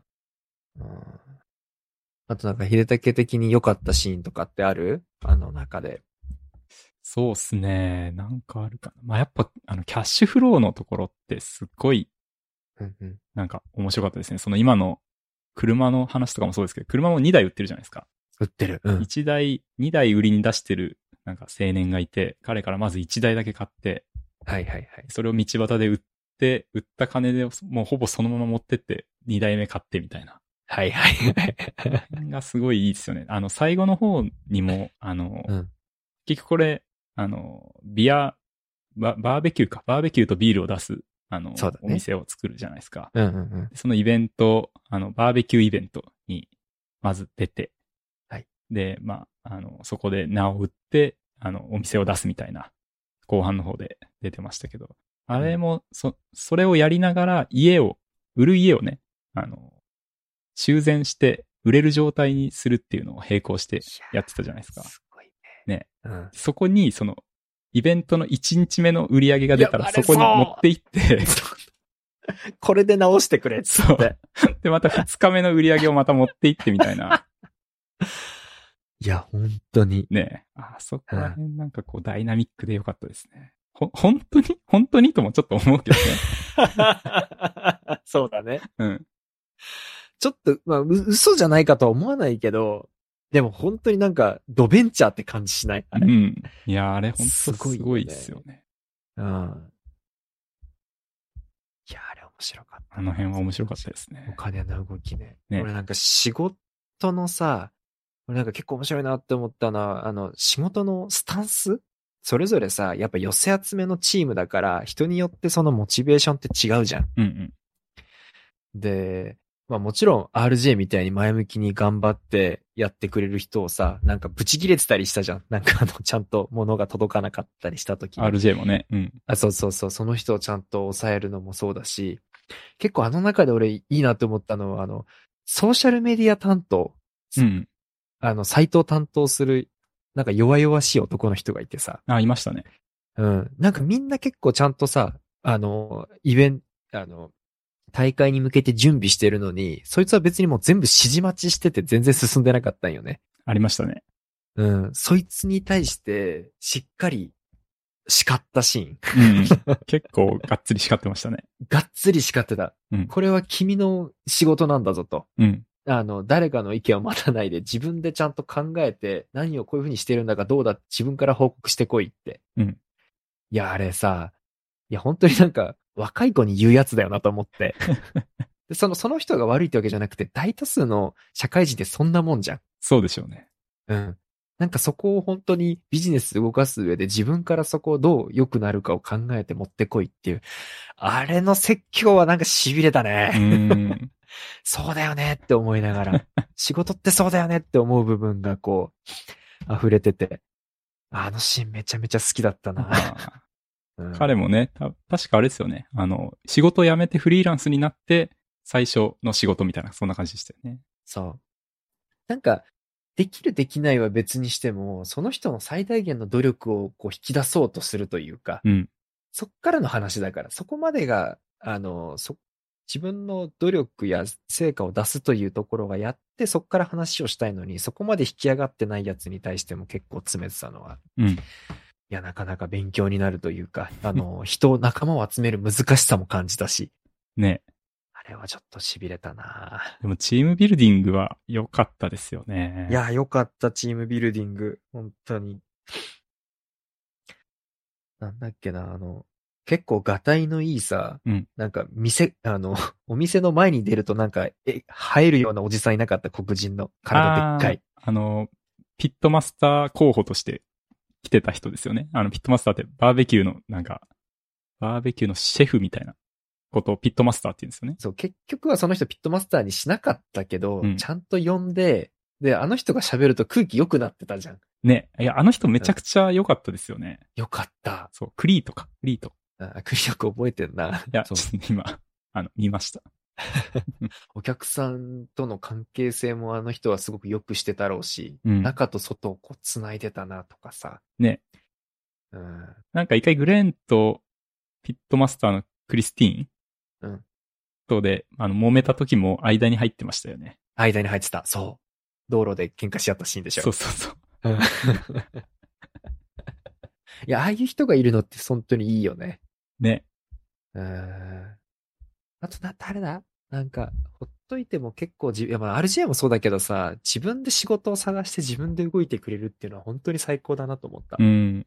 あとなんか、秀武的に良かったシーンとかってある？あの中で。 そうっすね。なんかあるかな。まあ、やっぱ、キャッシュフローのところってすっごい、なんか面白かったですね。その今の車の話とかもそうですけど、車も2台売ってるじゃないですか。 売ってる。 1台、2台売りに出してる、なんか青年がいて、彼からまず1台だけ買って、それを道端で売った金でもうほぼそのまま持ってって、2台目買ってみたいな。がすごいいいですよね。最後の方にも、結局これ、バーベキューとビールを出す、お店を作るじゃないですか。そのイベント、バーベキューイベントに、まず出て、で、まあ、そこで名を売って、お店を出すみたいな、後半の方で出てましたけど、あれも、それをやりながら売る家をね、修繕して売れる状態にするっていうのを並行してやってたじゃないですか。 すごいね。そこに、イベントの1日目の売り上げが出たら、そこに持って行って、 これで直してくれっつって。 で、また2日目の売り上げをまた持って行ってみたいな。 いや、本当に。 ねえ。あそこら辺なんかこうダイナミックでよかったですね。本当にともちょっと思うけどね。 そうだね。 うん。 ちょっと、まあ、嘘じゃないかとは思わないけど、でも本当になんか、ドベンチャーって感じしないあれ。 うん。いや、あれ本当すごいね、 ですよね。 うん。いや、あれ面白かった。 あの辺は面白かったですね。 お金の動きね。俺なんか仕事のさ、俺なんか結構面白いなって思ったのは、仕事のスタンスそれぞれさ、やっぱ寄せ集めのチームだから、人によってそのモチベーションって違うじゃん。 うんうん。 で、まあもちろん RJ みたいに前向きに頑張ってやってくれる人をさ、なんかブチ切れてたりしたじゃん。なんかちゃんと物が届かなかったりした時に。 RJ もね。うん。 そう、その人をちゃんと抑えるのもそうだし、結構あの中で俺いいなって思ったのは、ソーシャルメディア担当、 うん。 サイトを担当する、なんか弱々しい男の人がいてさ。 あ、いましたね。 うん。なんかみんな結構ちゃんとさ、イベント、大会に向けて準備してるのに、そいつは別にもう全部指示待ちしてて全然進んでなかったんよね。 ありましたね。 うん。そいつに対して、しっかり叱ったシーン。うん。結構がっつり叱ってましたね。 がっつり叱ってた。 うん。 これは君の仕事なんだぞと。 うん。 誰かの意見を待たないで自分でちゃんと考えて何をこういう風にしてるんだかどうだって自分から報告してこいって。 うん。 いや、あれさ、いや、本当になんか若い子に言うやつだよなと思って。でその人が悪いってわけじゃなくて、大多数の社会人ってそんなもんじゃん。 そうでしょうね。 うん。なんかそこを本当にビジネス動かす上で自分からそこをどう良くなるかを考えて持ってこいっていう。あれの説教はなんか痺れたね。そうだよねって思いながら。仕事ってそうだよねって思う部分がこう、溢れてて。あのシーンめちゃめちゃ好きだったな。 彼もね、確かあれですよね。仕事を辞めてフリーランスになって、最初の仕事みたいな、そんな感じでしたよね。 そう。なんか、できるできないは別にしても、その人の最大限の努力をこう引き出そうとするというか、 うん、 そっからの話だから、そこまでが、自分の努力や成果を出すというところがやって、そこから話をしたいのに、そこまで引き上がってないやつに対しても結構詰めてたのは、 うん。いや、なかなか勉強になるというか、仲間を集める難しさも感じたし。 ね。 あれはちょっと痺れたな。 でもチームビルディングは良かったですよね。 いや、良かったチームビルディング。本当に。なんだっけな、結構ガタイのいいさ、 うん。 なんかお店の前に出るとなんか、入るようなおじさんいなかった黒人の体でっかい。 ピットマスター候補として来てた人ですよね。ピットマスターってバーベキューのシェフみたいなことをピットマスターって言うんですよね。 そう、結局はその人ピットマスターにしなかったけど、ちゃんと呼んで、で、あの人が喋ると空気良くなってたじゃん。 ね。いや、あの人めちゃくちゃ良かったですよね。 良かった。 そう、クリート。 クリート覚えてんな。 いや、ちょっと今、見ました。 お客さんとの関係性もあの人はすごく良くしてたろうし、 うん、 中と外をこう繋いでたなとかさ。 ね。 うん。 なんか一回グレーンとピットマスターのクリスティーンうん。 とで、揉めた時も間に入ってましたよね。 間に入ってた。そう。道路で喧嘩し合ったシーンでしょ。 そうそうそう。 いや、ああいう人がいるのって本当にいいよね。 ね。 あと誰だなんか、ほっといても結構いや、まあ、RJ もそうだけどさ、自分で仕事を探して自分で動いてくれるっていうのは本当に最高だなと思った。 うん。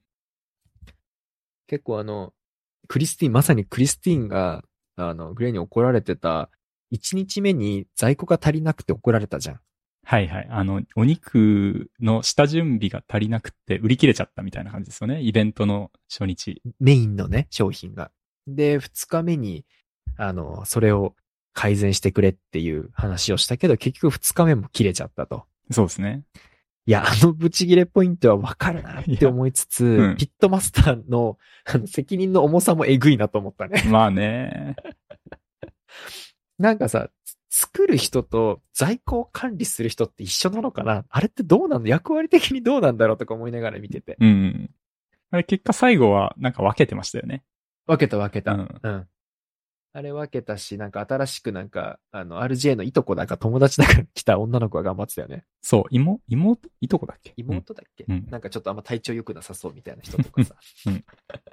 結構まさにクリスティーンが、グレーに怒られてた、1日目に在庫が足りなくて怒られたじゃん。 はいはい。お肉の下準備が足りなくて売り切れちゃったみたいな感じですよね。イベントの初日。 メインのね、商品が。で、2日目に、それを改善してくれっていう話をしたけど、結局2日目も切れちゃったと。 そうですね。 いや、ブチ切れポイントはわかるなって思いつつ、うん、ピットマスターの責任の重さもえぐいなと思ったね。 まあね。 なんかさ、作る人と在庫を管理する人って一緒なのかな？あれってどうなんだ？役割的にどうなんだろうとか思いながら見てて。 うん。あれ結果最後はなんか分けてましたよね。 分けた。うん。 あれ分けたし、なんか新しくなんか、RJ のいとこだか友達だか来た女の子が頑張ってたよね。 そう、いとこだっけ？ 妹だっけ、 うん、 なんかちょっとあんま体調良くなさそうみたいな人とかさ。 うん。い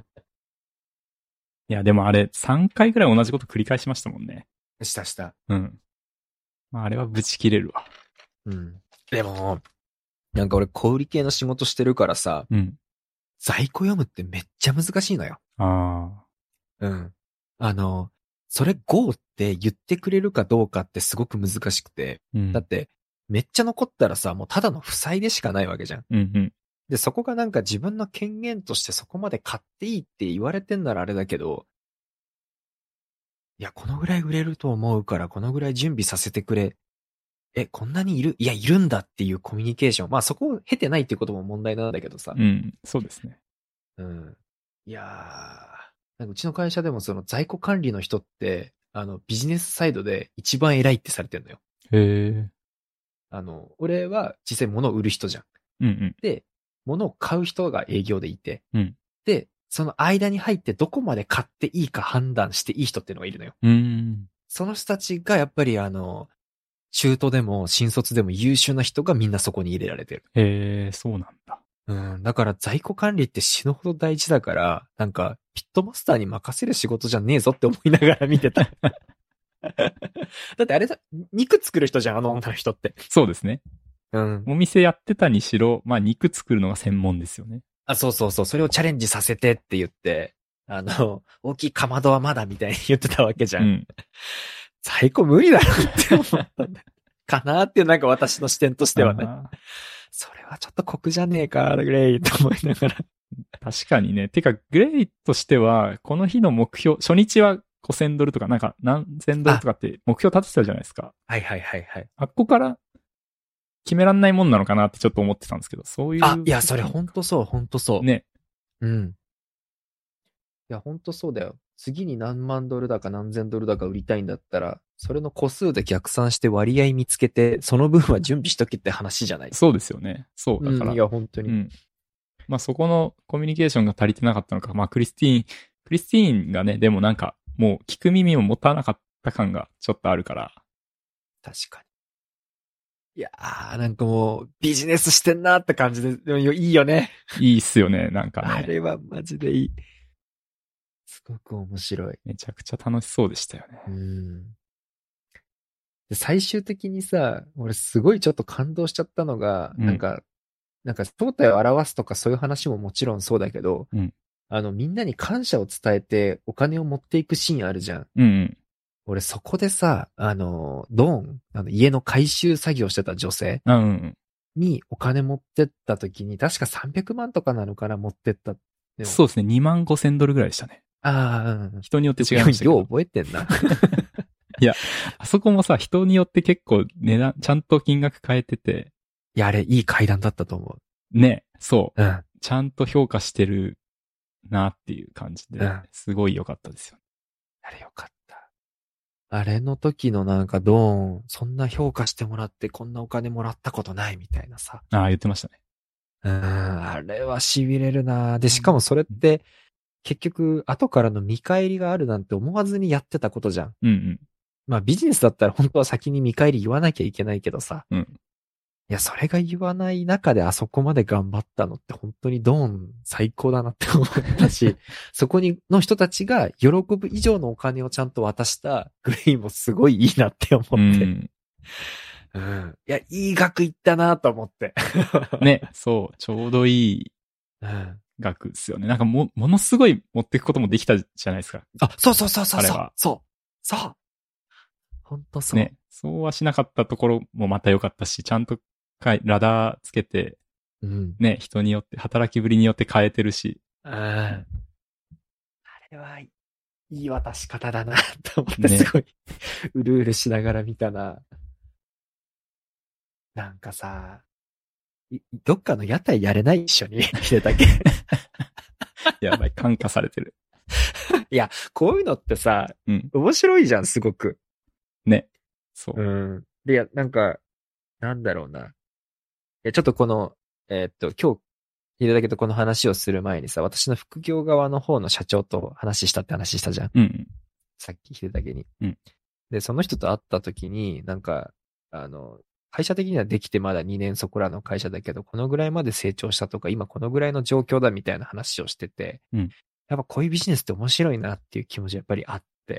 や、でもあれ、3回ぐらい同じこと繰り返しましたもんね。 した。 うん。まあ、あれはブチ切れるわ。 うん。でも、なんか俺小売系の仕事してるからさ、 うん。 在庫読むってめっちゃ難しいのよ。 あうん。それ GO って言ってくれるかどうかってすごく難しくて、 あ。うん。 だって、めっちゃ残ったらさ、もうただの負債でしかないわけじゃん。 うんうん。 で、そこがなんか自分の権限としてそこまで買っていいって言われてんならあれだけど、いや、このぐらい売れると思うから、このぐらい準備させてくれ。こんなにいる？いや、いるんだっていうコミュニケーション。まあそこを経てないっていうことも問題なんだけどさ。 うん、そうですね。 うん。いやー、なんかうちの会社でもその在庫管理の人って、ビジネスサイドで一番偉いってされてるのよ。 へえ。 俺は実際物を売る人じゃん。 うんうん。 で、物を買う人が営業でいて、 うん。 で、その間に入ってどこまで買っていいか判断していい人っていうのがいるのよ。その人たちがやっぱり中途でも新卒でも優秀な人がみんなそこに入れられてる。 へえ、そうなんだ。 うん。だから在庫管理って死ぬほど大事だから、なんか、ピットマスターに任せる仕事じゃねえぞって思いながら見てた。だってあれだ、肉作る人じゃん、あの女の人って。 そうですね。 うん。 お店やってたにしろ、まあ肉作るのが専門ですよね。 あ、そう。それをチャレンジさせてって言って、大きいかまどはまだみたいに言ってたわけじゃん。 うん。 在庫無理だろって思ったんだ。かなーっていうなんか私の視点としてはね。それはちょっと酷じゃねえか、グレイと思いながら。 確かにね。てか、グレイとしては、この日の目標、初日は5000ドルとか、なんか何千ドルとかって目標立ててたじゃないですか。 はい。 あっこから決めらんないもんなのかなってちょっと思ってたんですけど、そういう。 いや、それほんとそう。 ね。 うん。いや、ほんとそうだよ。次に何万ドルだか何千ドルだか売りたいんだったら、それの個数で逆算して割合見つけて、その分は準備しとけって話じゃない。 そうですよね。そう、だから。 いや、本当に。 まあそこのコミュニケーションが足りてなかったのか、まあクリスティーンがね、でもなんかもう聞く耳を持たなかった感がちょっとあるから。 確かに。いやー、なんかもうビジネスしてんなって感じで、でもいいよね。 いいっすよね、なんかね。 あれはマジでいい。すごく面白い。 めちゃくちゃ楽しそうでしたよね。 で最終的にさ、俺すごいちょっと感動しちゃったのが、なんか正体を表すとかそういう話ももちろんそうだけど、みんなに感謝を伝えてお金を持っていくシーンあるじゃん。俺そこでさ、ドーン、家の改修作業してた女性にお金持ってった時に、確か300万とかなのかな、持ってった。 そうですね、25000ドルぐらいでしたね。人によって違いましたけど。 よう覚えてんな。 いや、あそこもさ、人によって結構値段、ちゃんと金額変えてて。 いや、あれ、いい階段だったと思う。ね、そう。 うん。 ちゃんと評価してるなっていう感じで、すごい良かったですよ。 あれ良かった。あれの時のなんかドーン、そんな評価してもらってこんなお金もらったことないみたいなさ。 言ってましたね。 あれは痺れるな。で、しかもそれって、結局、後からの見返りがあるなんて思わずにやってたことじゃん。まあビジネスだったら本当は先に見返り言わなきゃいけないけどさ。いや、それが言わない中であそこまで頑張ったのって本当にドーン最高だなって思ったし、そこの人たちが喜ぶ以上のお金をちゃんと渡したグレイもすごいいいなって思って。いや、いい額いったなと思って。 ね、そう、ちょうどいい額ですよね。なんかものすごい持っていくこともできたじゃないですか。 そう。あれは。そう。ほんとそう。 ね、そうはしなかったところもまた良かったし、ちゃんとラダーつけて、ね、人によって、働きぶりによって変えてるし。 あれはいい渡し方だなと思ってすごい、うるうるしながら見たな。なんかさ、どっかの屋台やれない一緒に、秀武。 やばい、感化されてる。 いや、こういうのってさ、面白いじゃん、すごく。 ね。そう。 で、いや、なんか、なんだろうな。いや、ちょっとこの、今日、秀武とこの話をする前にさ、私の副業側の方の社長と話したって話したじゃん。 さっき秀武に。 うん。 で、その人と会った時に、なんか、会社的にはできてまだ2年そこらの会社だけど、このぐらいまで成長したとか、今このぐらいの状況だみたいな話をしてて、 うん。 やっぱこういうビジネスって面白いなっていう気持ちやっぱりあって、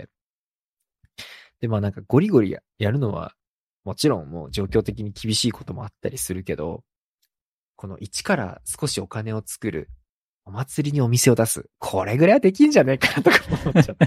で、まあなんかゴリゴリやるのは、もちろんもう状況的に厳しいこともあったりするけど、この一から少しお金を作る、お祭りにお店を出す、これぐらいはできんじゃねえかなとか思っちゃって。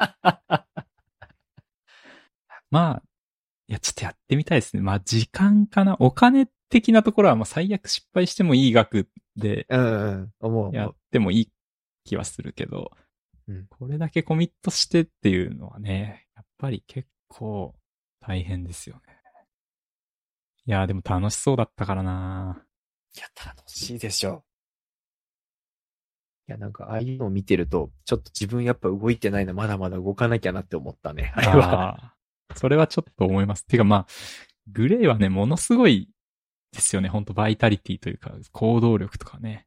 まあ、いや、ちょっとやってみたいですね。まあ、時間かな。お金的なところは、まあ、最悪失敗してもいい額で、 思う。 やってもいい気はするけど、これだけコミットしてっていうのはね、やっぱり結構大変ですよね。いや、でも楽しそうだったからな。 いや、楽しいでしょ。いや、なんか、ああいうのを見てると、ちょっと自分やっぱ動いてないの、まだまだ動かなきゃなって思ったね。あれは。 それはちょっと思います。てかまあ、グレイはね、ものすごいですよね。ほんとバイタリティというか、行動力とかね。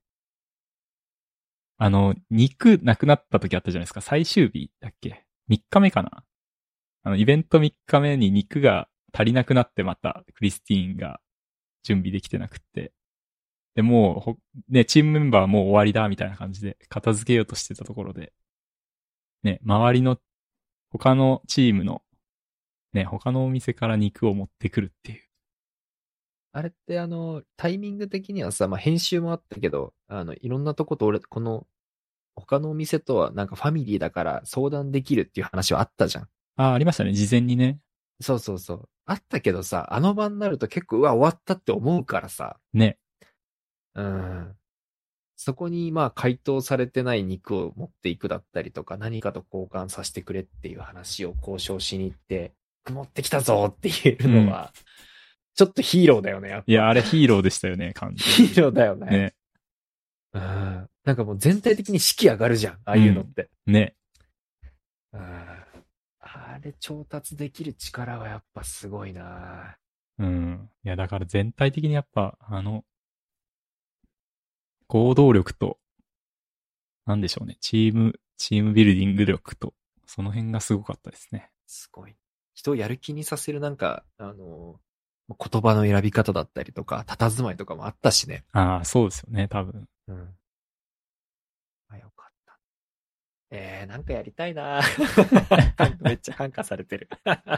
肉なくなった時あったじゃないですか。最終日だっけ ?3 日目かな。イベント3日目に肉が足りなくなってまた、クリスティーンが準備できてなくって。で、もう、ね、チームメンバーはもう終わりだ、みたいな感じで片付けようとしてたところで、ね、周りの他のチームの、ね、他のお店から肉を持ってくるっていう。 あれってタイミング的にはさ、まあ、編集もあったけど、いろんなとことこの、他のお店とはなんかファミリーだから相談できるっていう話はあったじゃん。 ありましたね、事前にね。 そうそうそう。あったけどさ、あの場になると結構、うわ、終わったって思うからさ。 ね。 そこにまあ解凍されてない肉を持っていくだったりとか、何かと交換させてくれっていう話を交渉しに行って、持ってきたぞって言えるのは、ちょっとヒーローだよね、やっぱ。 いや、あれヒーローでしたよね、完全に。ヒーローだよね。ね。なんかもう全体的に士気上がるじゃん、ああいうのって。 ね。 あれ調達できる力はやっぱすごいな。 いや、だから全体的にやっぱ、行動力と、なんでしょうね、チームビルディング力と、その辺がすごかったですね。 すごい。人をやる気にさせるなんか、言葉の選び方だったりとか、佇まいとかもあったしね。 そうですよね、多分。 よかった。なんかやりたいなめっちゃ感化されてる。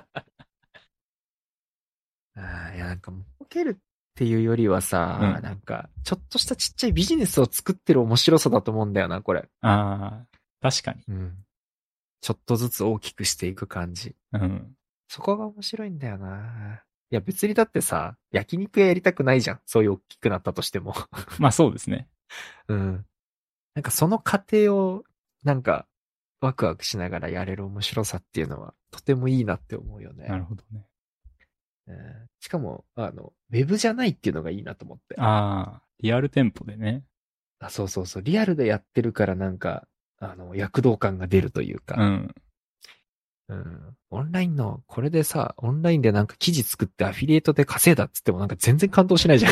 いや、なんか、儲けるっていうよりはさ、なんか、ちょっとしたちっちゃいビジネスを作ってる面白さだと思うんだよな、これ。 確かに。 ちょっとずつ大きくしていく感じ。そこが面白いんだよな。いや、別にだってさ、焼肉屋やりたくないじゃん。そういう大きくなったとしても。 まあそうですね。 なんかその過程を、なんか、ワクワクしながらやれる面白さっていうのは、とてもいいなって思うよね。 なるほどね。 しかも、ウェブじゃないっていうのがいいなと思って。 リアル店舗でね。 そうそうそう。リアルでやってるからなんか、躍動感が出るというか。オンラインの、これでさ、オンラインでなんか記事作ってアフィリエイトで稼いだっつってもなんか全然感動しないじゃん。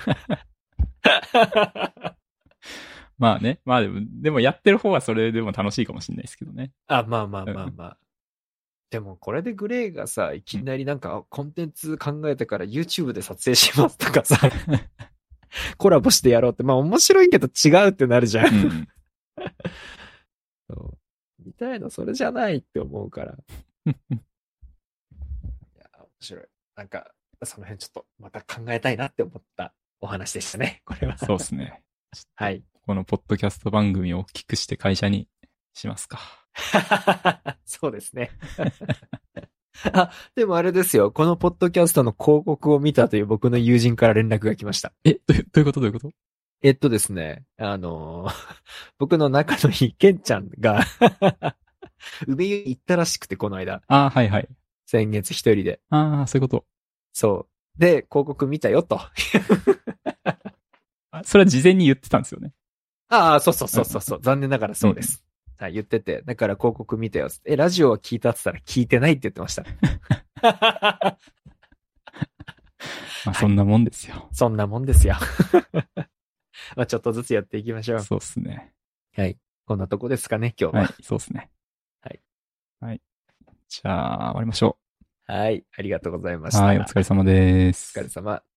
まあね。まあでもやってる方はそれでも楽しいかもしれないですけどね。 まあ。でもこれでグレーがさ、いきなりなんかコンテンツ考えてから YouTube で撮影しますとかさ、コラボしてやろうって、まあ面白いけど違うってなるじゃん。みたいな、それじゃないって思うから。いや、面白い。なんか、その辺ちょっとまた考えたいなって思ったお話でしたね、これは。 そうですね。 はい。 このポッドキャスト番組を大きくして会社にしますか。 そうですね。でもあれですよ。このポッドキャストの広告を見たという僕の友人から連絡が来ました。 どういうことですね。僕の仲のいいケンちゃんが梅湯行ったらしくて、この間。 はいはい。 先月一人で。 そういうこと。 そう。で、広告見たよと。 それは事前に言ってたんですよね。 そう。残念ながらそうです。はい、言ってて。だから広告見たよ。ラジオは聞いたって言ったら聞いてないって言ってました。 まあそんなもんですよ。 そんなもんですよ。まあちょっとずつやっていきましょう。 そうっすね。 はい。こんなとこですかね、今日は。 はい、そうっすね。 はい。じゃあ、終わりましょう。はい。ありがとうございました。 た。 はい、お疲れ様です。 お疲れ様。